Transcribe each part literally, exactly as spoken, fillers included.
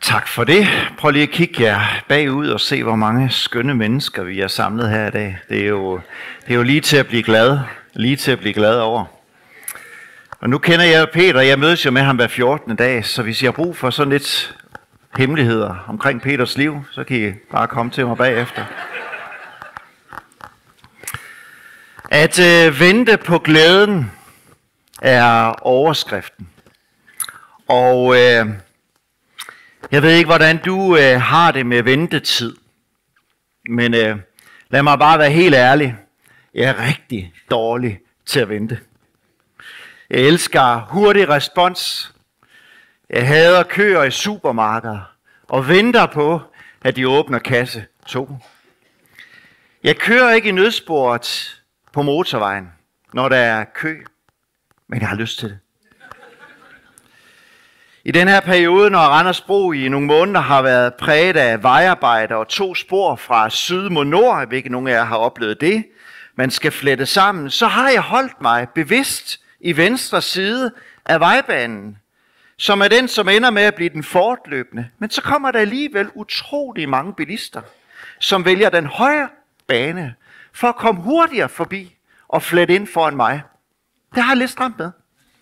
Tak for det. Prøv lige at kigge jer bagud og se, hvor mange skønne mennesker vi er samlet her i dag. Det er jo, det er jo lige til at blive glad, lige til at blive glad over. Og nu kender jeg Peter, jeg mødes jo med ham hver fjortende dag, så hvis I har brug for sådan lidt hemmeligheder omkring Peters liv, så kan I bare komme til mig bagefter. At øh, vente på glæden er overskriften. Og øh, jeg ved ikke, hvordan du øh, har det med ventetid. Men øh, lad mig bare være helt ærlig. Jeg er rigtig dårlig til at vente. Jeg elsker hurtig respons. Jeg hader køer i supermarkeder og venter på, at de åbner kasse to. Jeg kører ikke i nødsporet på motorvejen, når der er kø, men jeg har lyst til det. I den her periode, når Randersbro i nogle måneder har været præget af vejarbejde og to spor fra syd mod nord, jeg ved ikke, nogen af jer har oplevet det, man skal flette sammen, så har jeg holdt mig bevidst i venstre side af vejbanen, som er den, som ender med at blive den fortløbende. Men så kommer der alligevel utrolig mange bilister, som vælger den højre bane for at komme hurtigere forbi og flette ind foran mig. Det har jeg lidt stramt med.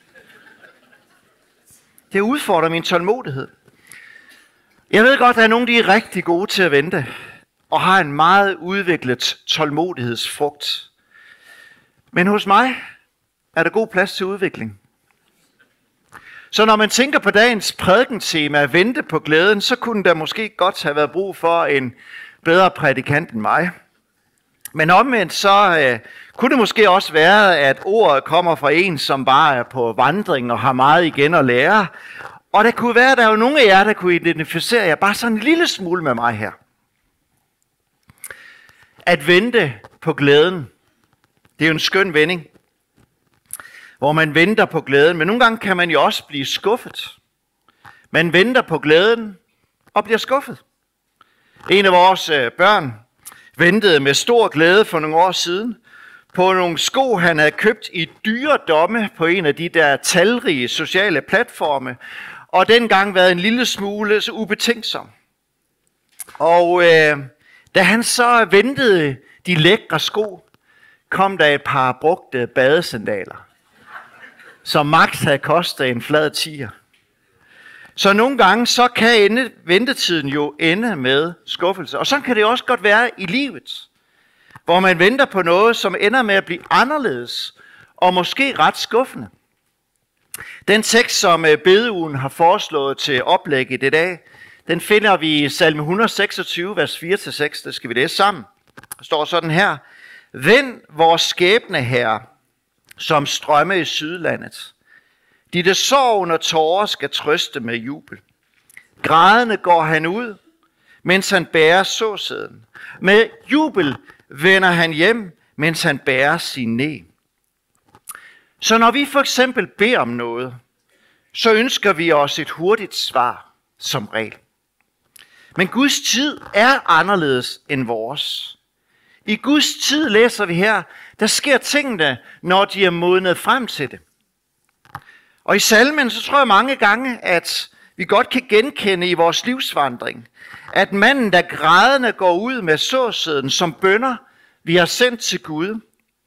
Det udfordrer min tålmodighed. Jeg ved godt, at der er nogen, der er rigtig gode til at vente, og har en meget udviklet tålmodighedsfrugt. Men hos mig er der god plads til udvikling. Så når man tænker på dagens prædikentema at vente på glæden, så kunne der måske godt have været brug for en bedre prædikant end mig. Men omvendt så øh, kunne det måske også være, at ordet kommer fra en, som bare er på vandring og har meget igen at lære. Og det kunne være, at der er jo nogle af jer, der kunne identificere jer bare sådan en lille smule med mig her. At vente på glæden, det er jo en skøn vending, hvor man venter på glæden. Men nogle gange kan man jo også blive skuffet. Man venter på glæden og bliver skuffet. En af vores øh, børn ventede med stor glæde for nogle år siden på nogle sko, han havde købt i dyre domme på en af de der talrige sociale platforme, og dengang været en lille smule så ubetænksom. Og øh, da han så ventede de lækre sko, kom der et par brugte badesandaler, som max havde kostet en flad tier. Så nogle gange så kan ende, ventetiden jo ende med skuffelse. Og så kan det også godt være i livet, hvor man venter på noget, som ender med at blive anderledes og måske ret skuffende. Den tekst, som bedeugen har foreslået til oplægget i dag, den finder vi i salme et hundrede og seksogtyve, vers fire til seks. Det skal vi læse sammen. Der står sådan her: Vend vores skæbne, Herre, som strømme i sydlandet. De, der sorg under tårer, skal trøste med jubel. Grædende går han ud, mens han bærer såsæden. Med jubel vender han hjem, mens han bærer sin næ. Så når vi for eksempel beder om noget, så ønsker vi os et hurtigt svar som regel. Men Guds tid er anderledes end vores. I Guds tid, læser vi her, der sker tingene, når de er modnet frem til det. Og i salmen, så tror jeg mange gange, at vi godt kan genkende i vores livsvandring, at manden, der grædende går ud med såsæden som bønner, vi har sendt til Gud.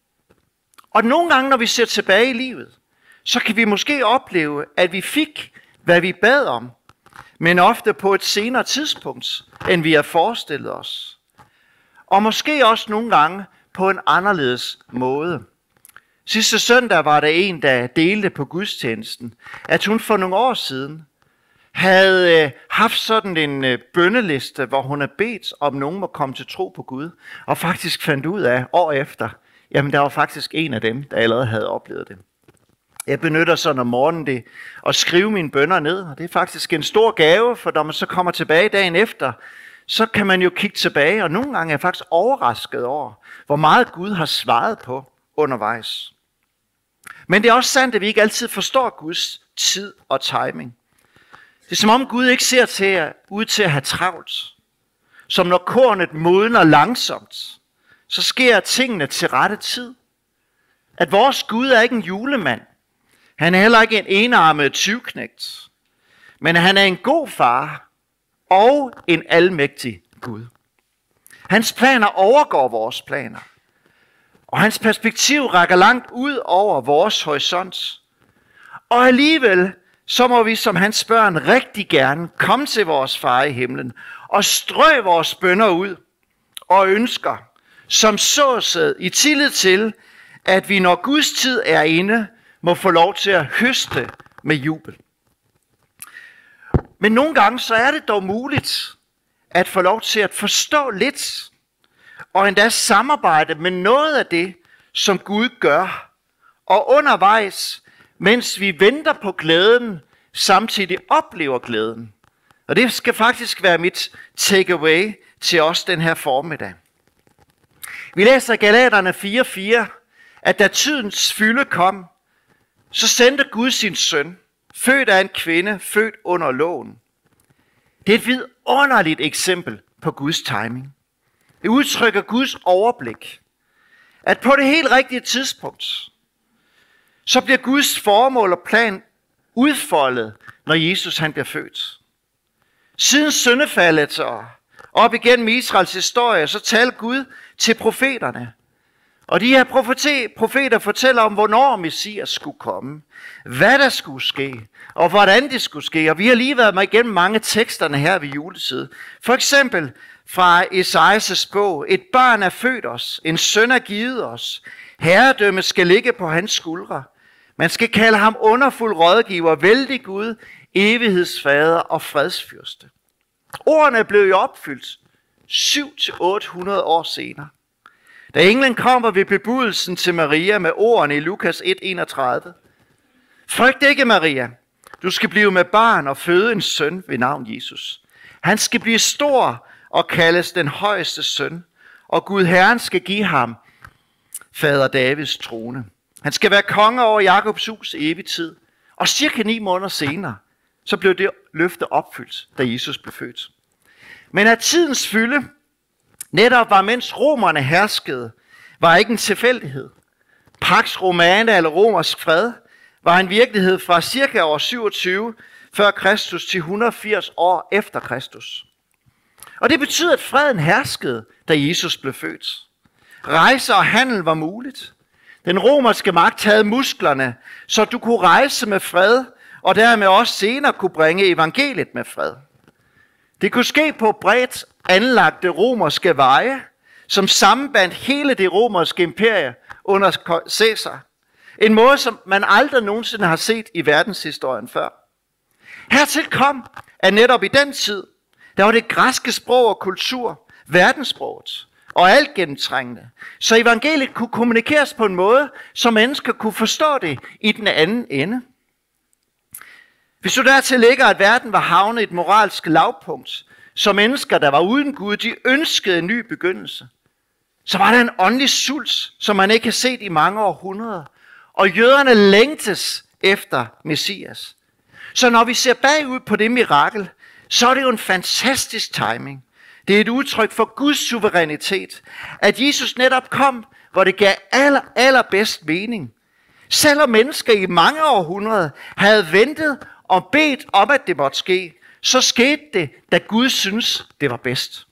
Og nogle gange, når vi ser tilbage i livet, så kan vi måske opleve, at vi fik, hvad vi bad om, men ofte på et senere tidspunkt, end vi har forestillet os. Og måske også nogle gange på en anderledes måde. Sidste søndag var der en, der delte på gudstjenesten, at hun for nogle år siden havde haft sådan en bønneliste, hvor hun havde bedt, om nogen må komme til tro på Gud, og faktisk fandt ud af år efter, jamen der var faktisk en af dem, der allerede havde oplevet det. Jeg benytter sådan om morgenen det at skrive mine bønner ned, og det er faktisk en stor gave, for når man så kommer tilbage dagen efter, så kan man jo kigge tilbage, og nogle gange er jeg faktisk overrasket over, hvor meget Gud har svaret på undervejs. Men det er også sandt, at vi ikke altid forstår Guds tid og timing. Det er som om Gud ikke ser til, ud til at have travlt. Som når kornet modner langsomt, så sker tingene til rette tid. At vores Gud er ikke en julemand. Han er heller ikke en enarmet tyvknægt. Men han er en god far, og en almægtig Gud. Hans planer overgår vores planer. Og hans perspektiv rækker langt ud over vores horisont. Og alligevel, så må vi som hans børn rigtig gerne komme til vores far i himlen og strø vores bønner ud og ønsker, som såsæd i tillid til, at vi når Guds tid er inde, må få lov til at høste med jubel. Men nogle gange så er det dog muligt at få lov til at forstå lidt, og endda samarbejde med noget af det, som Gud gør. Og undervejs, mens vi venter på glæden, samtidig oplever glæden. Og det skal faktisk være mit takeaway til os den her formiddag. Vi læser i Galaterne fire fire, at da tidens fylde kom, så sendte Gud sin søn, født af en kvinde, født under loven. Det er et vidunderligt eksempel på Guds timing. Det udtrykker Guds overblik. At på det helt rigtige tidspunkt, så bliver Guds formål og plan udfoldet, når Jesus han bliver født. Siden syndefaldet og op igennem Israels historie, så talte Gud til profeterne. Og de her profeter fortæller om, hvornår Messias skulle komme, hvad der skulle ske, og hvordan det skulle ske. Og vi har lige været med igennem mange teksterne her ved juletid. For eksempel fra Esajas bog, et barn er født os, en søn er givet os, herredømme skal ligge på hans skuldre. Man skal kalde ham underfuld rådgiver, vældig Gud, evighedsfader og fredsfyrste. Ordene blev jo opfyldt syv til otte hundrede år senere. Da englen kommer ved bebudelsen til Maria med ordene i Lukas et enogtredive. Frygt ikke, Maria. Du skal blive med barn og føde en søn ved navn Jesus. Han skal blive stor og kaldes den højeste søn, og Gud Herren skal give ham fader Davids trone. Han skal være konge over Jakobs hus i evig tid. Og cirka ni måneder senere, så blev det løfte opfyldt, da Jesus blev født. Men at tidens fylde netop var, mens romerne herskede, var ikke en tilfældighed. Pax Romana eller romersk fred var en virkelighed fra cirka år syvogtyve før Kristus til et hundrede og firs år efter Kristus. Og det betyder, at freden herskede, da Jesus blev født. Rejse og handel var muligt. Den romerske magt havde musklerne, så du kunne rejse med fred, og dermed også senere kunne bringe evangeliet med fred. Det kunne ske på bredt anlagte romerske veje, som sammenbandt hele det romerske imperie under Caesar. En måde, som man aldrig nogensinde har set i verdenshistorien før. Hertil kom, at netop i den tid, der var det græske sprog og kultur, verdenssproget og alt gennemtrængende. Så evangeliet kunne kommunikeres på en måde, så mennesker kunne forstå det i den anden ende. Hvis du dertil lægger, at verden var havnet i et moralsk lavpunkt, så mennesker, der var uden Gud, de ønskede en ny begyndelse, så var der en åndelig sult, som man ikke har set i mange århundreder. Og jøderne længtes efter Messias. Så når vi ser bagud på det mirakel, så er det jo en fantastisk timing. Det er et udtryk for Guds suverænitet, at Jesus netop kom, hvor det gav aller, allerbedst mening. Selvom mennesker i mange århundreder havde ventet og bedt om, at det måtte ske, så skete det, da Gud synes, det var bedst.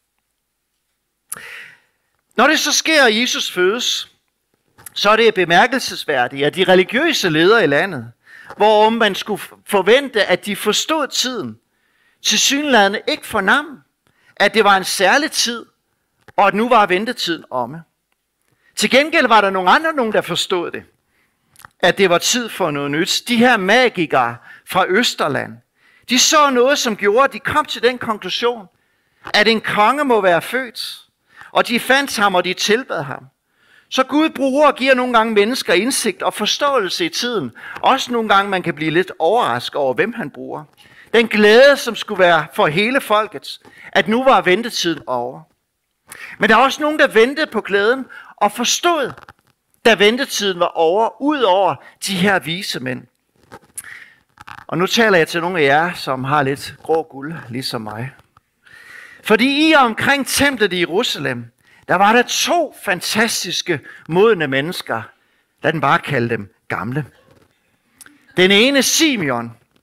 Når det så sker, at Jesus fødes, så er det bemærkelsesværdigt, at de religiøse ledere i landet, hvorom man skulle forvente, at de forstod tiden, tilsyneladende ikke fornam, at det var en særlig tid, og at nu var ventetiden omme. Til gengæld var der nogle andre, nogen, der forstod det, at det var tid for noget nyt. De her magikere fra Østerland, de så noget, som gjorde, at de kom til den konklusion, at en konge må være født, og de fandt ham, og de tilbad ham. Så Gud bruger og giver nogle gange mennesker indsigt og forståelse i tiden. Også nogle gange, man kan blive lidt overrasket over, hvem han bruger. Den glæde, som skulle være for hele folket, at nu var ventetiden over. Men der er også nogen, der ventede på glæden og forstod, da ventetiden var over, ud over de her vise mænd. Og nu taler jeg til nogle af jer, som har lidt grå guld, ligesom mig. Fordi i og omkring templet i Jerusalem, der var der to fantastiske, modne mennesker. Lad den bare kalde dem gamle. Den ene, Simeon,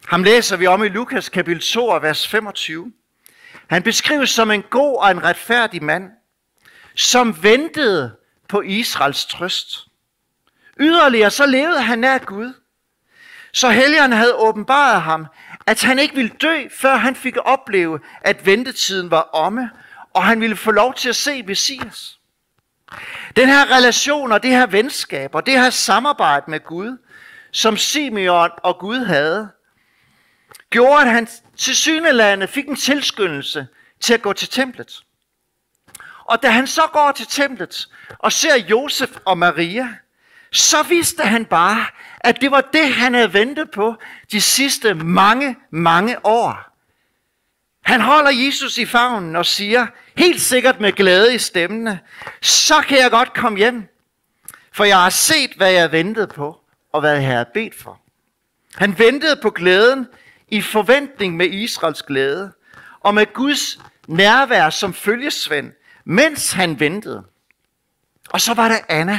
Ham læser vi om i Lukas kapitel to, vers femogtyve. Han beskrives som en god og en retfærdig mand, som ventede på Israels trøst. Yderligere så levede han nær Gud. Så Helligånden havde åbenbaret ham, at han ikke ville dø, før han fik opleve, at ventetiden var omme, og han ville få lov til at se Messias. Den her relation og det her venskab og det her samarbejde med Gud, som Simeon og Gud havde, gjorde, at han tilsyneladende fik en tilskyndelse til at gå til templet. Og da han så går til templet og ser Josef og Maria, så vidste han bare, at det var det, han havde ventet på de sidste mange, mange år. Han holder Jesus i favnen og siger, helt sikkert med glæde i stemmene, så kan jeg godt komme hjem, for jeg har set, hvad jeg ventede på, og hvad jeg havde bedt for. Han ventede på glæden i forventning med Israels glæde, og med Guds nærvær som følgesvend, mens han ventede. Og så var der Anna.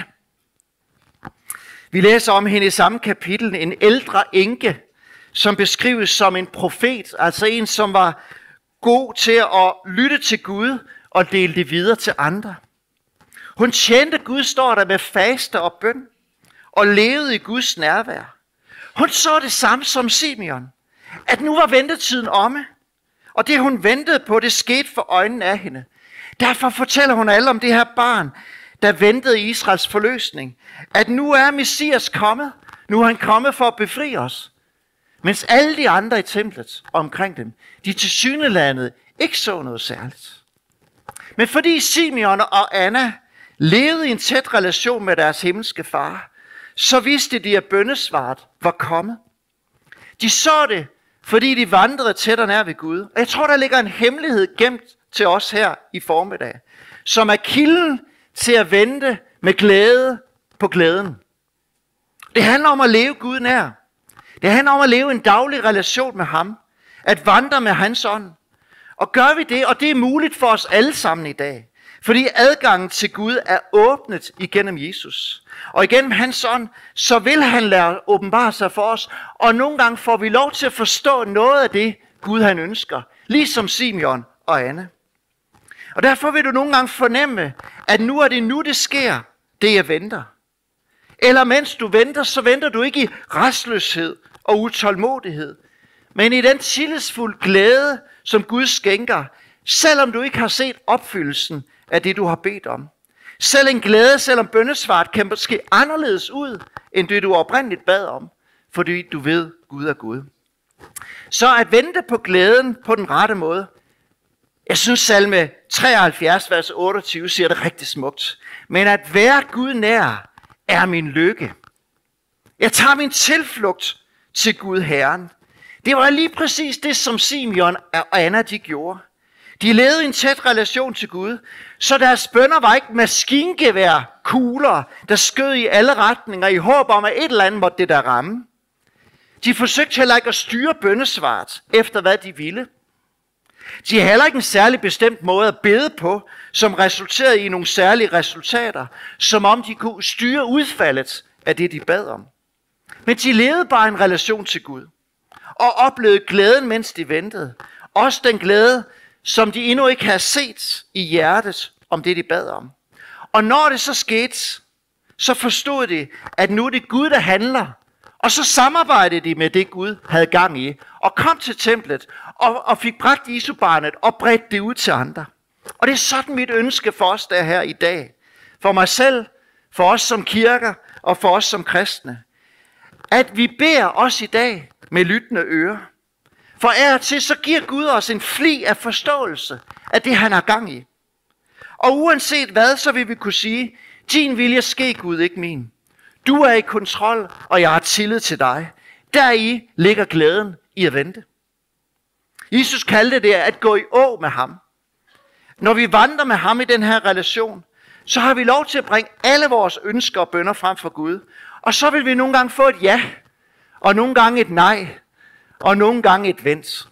Vi læser om hende i samme kapitel, en ældre enke, som beskrives som en profet, altså en, som var god til at lytte til Gud og dele det videre til andre. Hun tjente Gud, står der, med faste og bøn, og levede i Guds nærvær. Hun så det samme som Simeon, at nu var ventetiden omme, og det hun ventede på, det skete for øjnene af hende. Derfor fortæller hun alle om det her barn, der ventede Israels forløsning, at nu er Messias kommet, nu er han kommet for at befri os. Mens alle de andre i templet omkring dem, de tilsyneladende ikke så noget særligt. Men fordi Simeon og Anna levede i en tæt relation med deres himmelske far, så vidste de, at bønnesvaret var kommet. De så det, fordi de vandrede tæt og nær ved Gud. Og jeg tror, der ligger en hemmelighed gemt til os her i formiddag, som er kilden til at vente med glæde på glæden. Det handler om at leve Gud nær. Det handler om at leve en daglig relation med ham. At vandre med hans ånd. Og gør vi det, og det er muligt for os alle sammen i dag. Fordi adgangen til Gud er åbnet igennem Jesus. Og igennem hans ånd, så vil han lade åbenbare sig for os. Og nogle gange får vi lov til at forstå noget af det, Gud han ønsker. Ligesom Simeon og Anna. Og derfor vil du nogle gange fornemme, at nu er det nu, det sker, det jeg venter. Eller mens du venter, så venter du ikke i restløshed og utålmodighed, men i den tillidsfulde glæde, som Gud skænker, selvom du ikke har set opfyldelsen af det, du har bedt om. Selv en glæde, selvom bønnesvaret kan måske anderledes ud, end det du oprindeligt bad om, fordi du ved, Gud er Gud. Så at vente på glæden på den rette måde. Jeg synes salme treoghalvfjerds, vers otteogtyve siger det rigtig smukt. Men at være Gud nær er min lykke. Jeg tager min tilflugt til Gud Herren. Det var lige præcis det, som Simeon og Anna de gjorde. De levede i en tæt relation til Gud, så deres bønner var ikke maskingevær kugler, der skød i alle retninger i håb om, at et eller andet måtte det der ramme. De forsøgte heller ikke at styre bønnesvaret efter, hvad de ville. De havde heller ikke en særlig bestemt måde at bede på, som resulterede i nogle særlige resultater, som om de kunne styre udfaldet af det, de bad om. Men de levede bare en relation til Gud, og oplevede glæden, mens de ventede. Også den glæde, som de endnu ikke havde set i hjertet om det, de bad om. Og når det så skete, så forstod de, at nu er det Gud, der handler. Og så samarbejdede de med det, Gud havde gang i, og kom til templet, og, og fik bragt Jesu-barnet og bredt det ud til andre. Og det er sådan mit ønske for os, der er her i dag. For mig selv, for os som kirker, og for os som kristne. At vi beder os i dag med lyttende ører. For af og til, så giver Gud os en fli af forståelse af det, han har gang i. Og uanset hvad, så vil vi kunne sige, din vilje ske, Gud, ikke min. Du er i kontrol, og jeg har tillid til dig. Deri ligger glæden i at vente. Jesus kaldte det at gå i å med ham. Når vi vandrer med ham i den her relation, så har vi lov til at bringe alle vores ønsker og bønner frem for Gud. Og så vil vi nogle gange få et ja, og nogle gange et nej, og nogle gange et vent.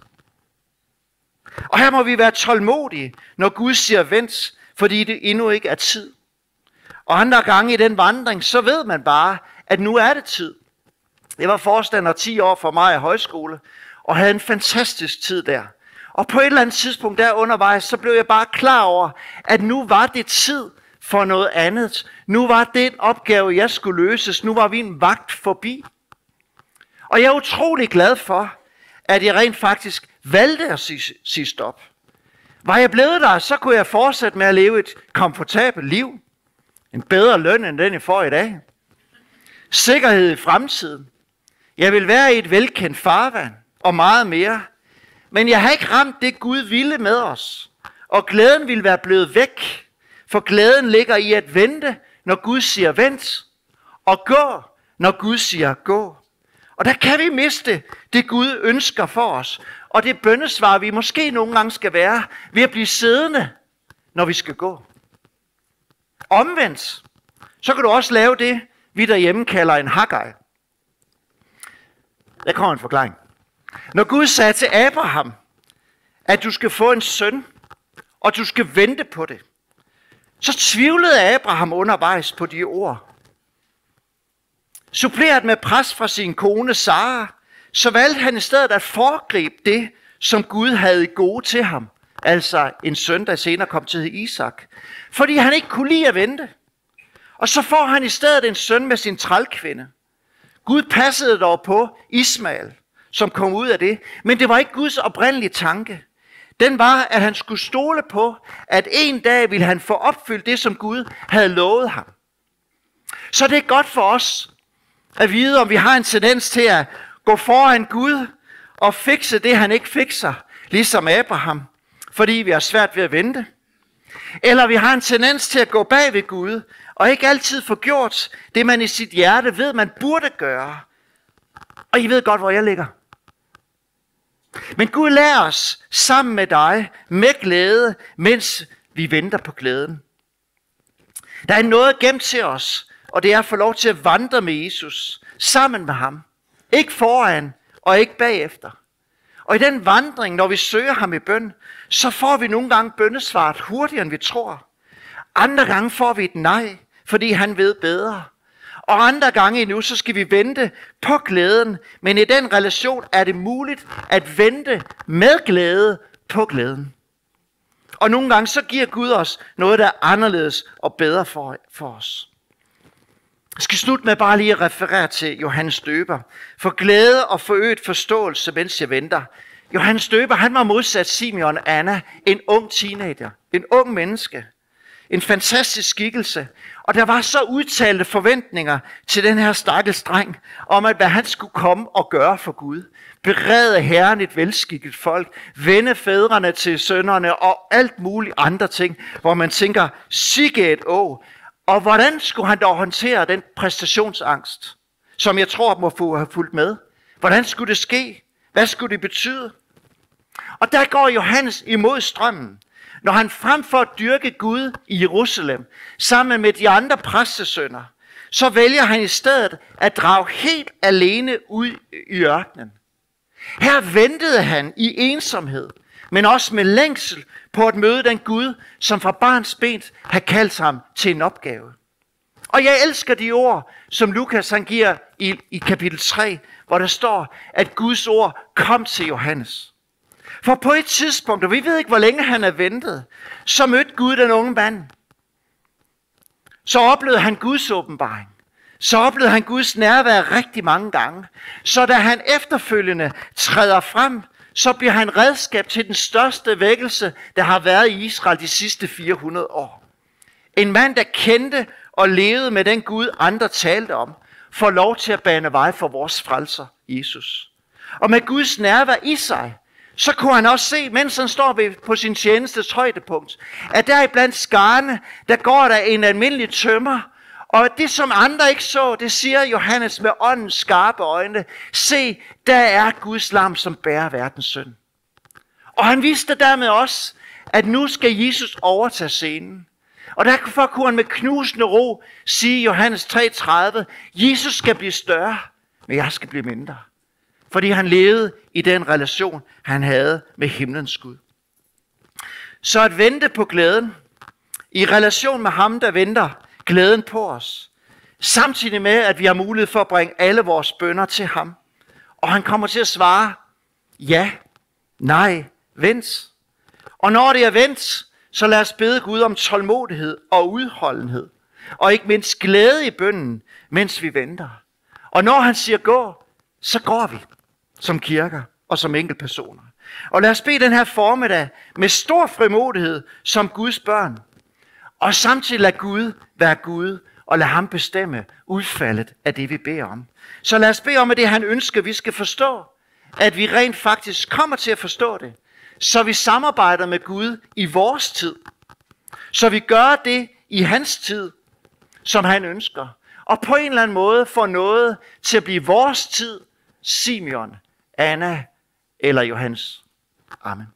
Og her må vi være tålmodige, når Gud siger vent, fordi det endnu ikke er tid. Og andre gange i den vandring, så ved man bare, at nu er det tid. Jeg var forstander ti år for mig i højskole, og havde en fantastisk tid der. Og på et eller andet tidspunkt der undervejs, så blev jeg bare klar over, at nu var det tid for noget andet. Nu var det en opgave, jeg skulle løses. Nu var vi en vagt forbi. Og jeg er utrolig glad for, at jeg rent faktisk valgte at sige, sige stop. Var jeg blevet der, så kunne jeg fortsætte med at leve et komfortabelt liv. En bedre løn, end den jeg får i dag. Sikkerhed i fremtiden. Jeg vil være i et velkendt farvand og meget mere. Men jeg har ikke ramt det, Gud ville med os. Og glæden ville være blevet væk. For glæden ligger i at vente, når Gud siger vent. Og gå, når Gud siger gå. Og der kan vi miste det, Gud ønsker for os. Og det bønnesvar, vi måske nogle gange skal være, ved at blive siddende, når vi skal gå. Omvendt, så kan du også lave det, vi derhjemme kalder en Haggai. Der kommer en forklaring. Når Gud sagde til Abraham, at du skal få en søn, og du skal vente på det, så tvivlede Abraham undervejs på de ord. Suppleret med pres fra sin kone Sara, så valgte han i stedet at foregribe det, som Gud havde i gode til ham. Altså en søn, der senere kom til Isak. Fordi han ikke kunne lide at vente. Og så får han i stedet en søn med sin trælkvinde. Gud passede dog på Ismael, som kom ud af det. Men det var ikke Guds oprindelige tanke. Den var, at han skulle stole på, at en dag ville han få opfyldt det, som Gud havde lovet ham. Så det er godt for os at vide, om vi har en tendens til at gå foran Gud og fikse det, han ikke fikser, ligesom Abraham, fordi vi har svært ved at vente. Eller vi har en tendens til at gå bag ved Gud, og ikke altid få gjort det, man i sit hjerte ved, man burde gøre. Og I ved godt, hvor jeg ligger. Men Gud lader os sammen med dig med glæde, mens vi venter på glæden. Der er noget gemt til os, og det er at få lov til at vandre med Jesus, sammen med ham. Ikke foran og ikke bagefter. Og i den vandring, når vi søger ham i bøn, så får vi nogle gange bønnesvaret hurtigere, end vi tror. Andre gange får vi et nej, fordi han ved bedre. Og andre gange endnu, så skal vi vente på glæden. Men i den relation er det muligt at vente med glæde på glæden. Og nogle gange så giver Gud os noget, der er anderledes og bedre for, for os. Jeg skal slutte med bare lige at referere til Johannes Døber. For glæde og forøget forståelse, mens jeg venter. Johannes Døber, han var modsat Simeon og Anna, en ung teenager, en ung menneske. En fantastisk skikkelse. Og der var så udtalte forventninger til den her stakkels dreng, om at hvad han skulle komme og gøre for Gud. Berede Herren et velskikket folk, vende fædrene til sønnerne og alt muligt andre ting, hvor man tænker, sikke et å. Og hvordan skulle han dog håndtere den præstationsangst, som jeg tror må få have fulgt med? Hvordan skulle det ske? Hvad skulle det betyde? Og der går Johannes imod strømmen, når han frem for at dyrke Gud i Jerusalem, sammen med de andre præstesønner, så vælger han i stedet at drage helt alene ud i ørkenen. Her ventede han i ensomhed, men også med længsel på at møde den Gud, som fra barns ben har kaldt ham til en opgave. Og jeg elsker de ord, som Lukas han giver i, i kapitel tre, hvor der står, at Guds ord kom til Johannes. For på et tidspunkt, og vi ved ikke, hvor længe han er ventet, så mødte Gud den unge mand. Så oplevede han Guds åbenbaring. Så oplevede han Guds nærvær rigtig mange gange. Så da han efterfølgende træder frem, så bliver han redskab til den største vækkelse, der har været i Israel de sidste fire hundrede år. En mand, der kendte og levede med den Gud, andre talte om, får lov til at bane vej for vores frelser, Jesus. Og med Guds nærvær i sig, så kunne han også se, mens han står på sin tjenestes højdepunkt, at der iblandt skarne, der går der en almindelig tømmer, og det som andre ikke så, det siger Johannes med åndens skarpe øjne, se, der er Guds lam, som bærer verdens synd. Og han vidste dermed også, at nu skal Jesus overtage scenen. Og derfor kunne han med knusende ro sige Johannes tre tredive, Jesus skal blive større, men jeg skal blive mindre. Fordi han levede i den relation, han havde med himlens Gud. Så at vente på glæden, i relation med ham, der venter glæden på os, Samtidig med, at vi har mulighed for at bringe alle vores bønner til ham. Og han kommer til at svare, ja, nej, vent. Og når det er vendt, så lad os bede Gud om tålmodighed og udholdenhed. Og ikke mindst glæde i bønnen, mens vi venter. Og når han siger gå, så går vi som kirker og som enkeltpersoner. Og lad os bede den her formiddag med stor frimodighed som Guds børn. Og samtidig lad Gud være Gud og lad ham bestemme udfaldet af det, vi beder om. Så lad os bede om, at det han ønsker, vi skal forstå. At vi rent faktisk kommer til at forstå det. Så vi samarbejder med Gud i vores tid. Så vi gør det i hans tid, som han ønsker. Og på en eller anden måde får noget til at blive vores tid, Simeon, Anna eller Johannes. Amen.